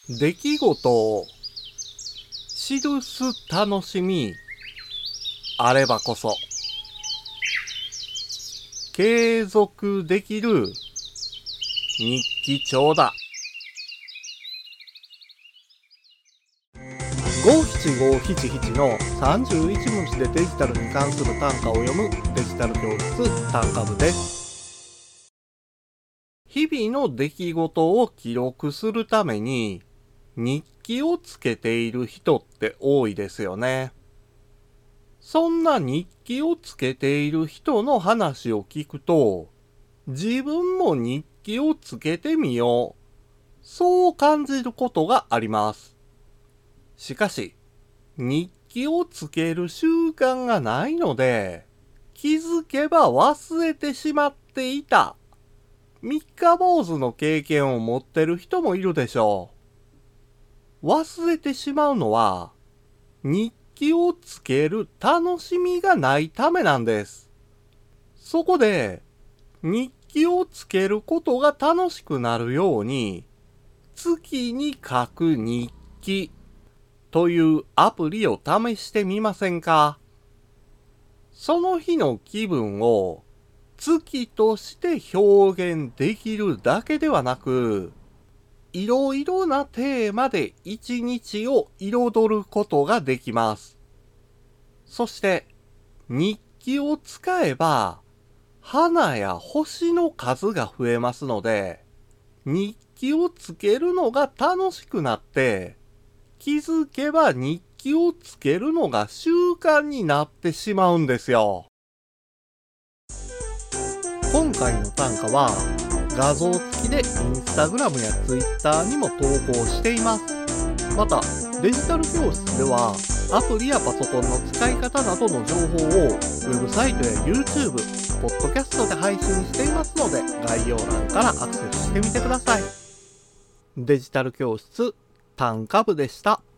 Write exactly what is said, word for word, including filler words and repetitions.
出来事を記す楽しみあればこそ継続できる日記帳だ。ごしちごひちひちのさんじゅういち文字でデジタルに関する単価を読むデジタル教室単価部です。日々の出来事を記録するために日記をつけている人って多いですよね。そんな日記をつけている人の話を聞くと、自分も日記をつけてみよう、そう感じることがあります。しかし、日記をつける習慣がないので、気づけば忘れてしまっていた。三日坊主の経験を持ってる人もいるでしょう。忘れてしまうのは、日記をつける楽しみがないためなんです。そこで、日記をつけることが楽しくなるように、月に書く日記というアプリを試してみませんか？その日の気分を月として表現できるだけではなく、いろいろなテーマで一日を彩ることができます。そして、日記を使えば、花や星の数が増えますので、日記をつけるのが楽しくなって、気づけば日記をつけるのが習慣になってしまうんですよ。今回の単価は画像付きでインスタグラムやツイッターにも投稿しています。またデジタル教室ではアプリやパソコンの使い方などの情報をウェブサイトや YouTube、ポッドキャストで配信していますので概要欄からアクセスしてみてください。デジタル教室単価部でした。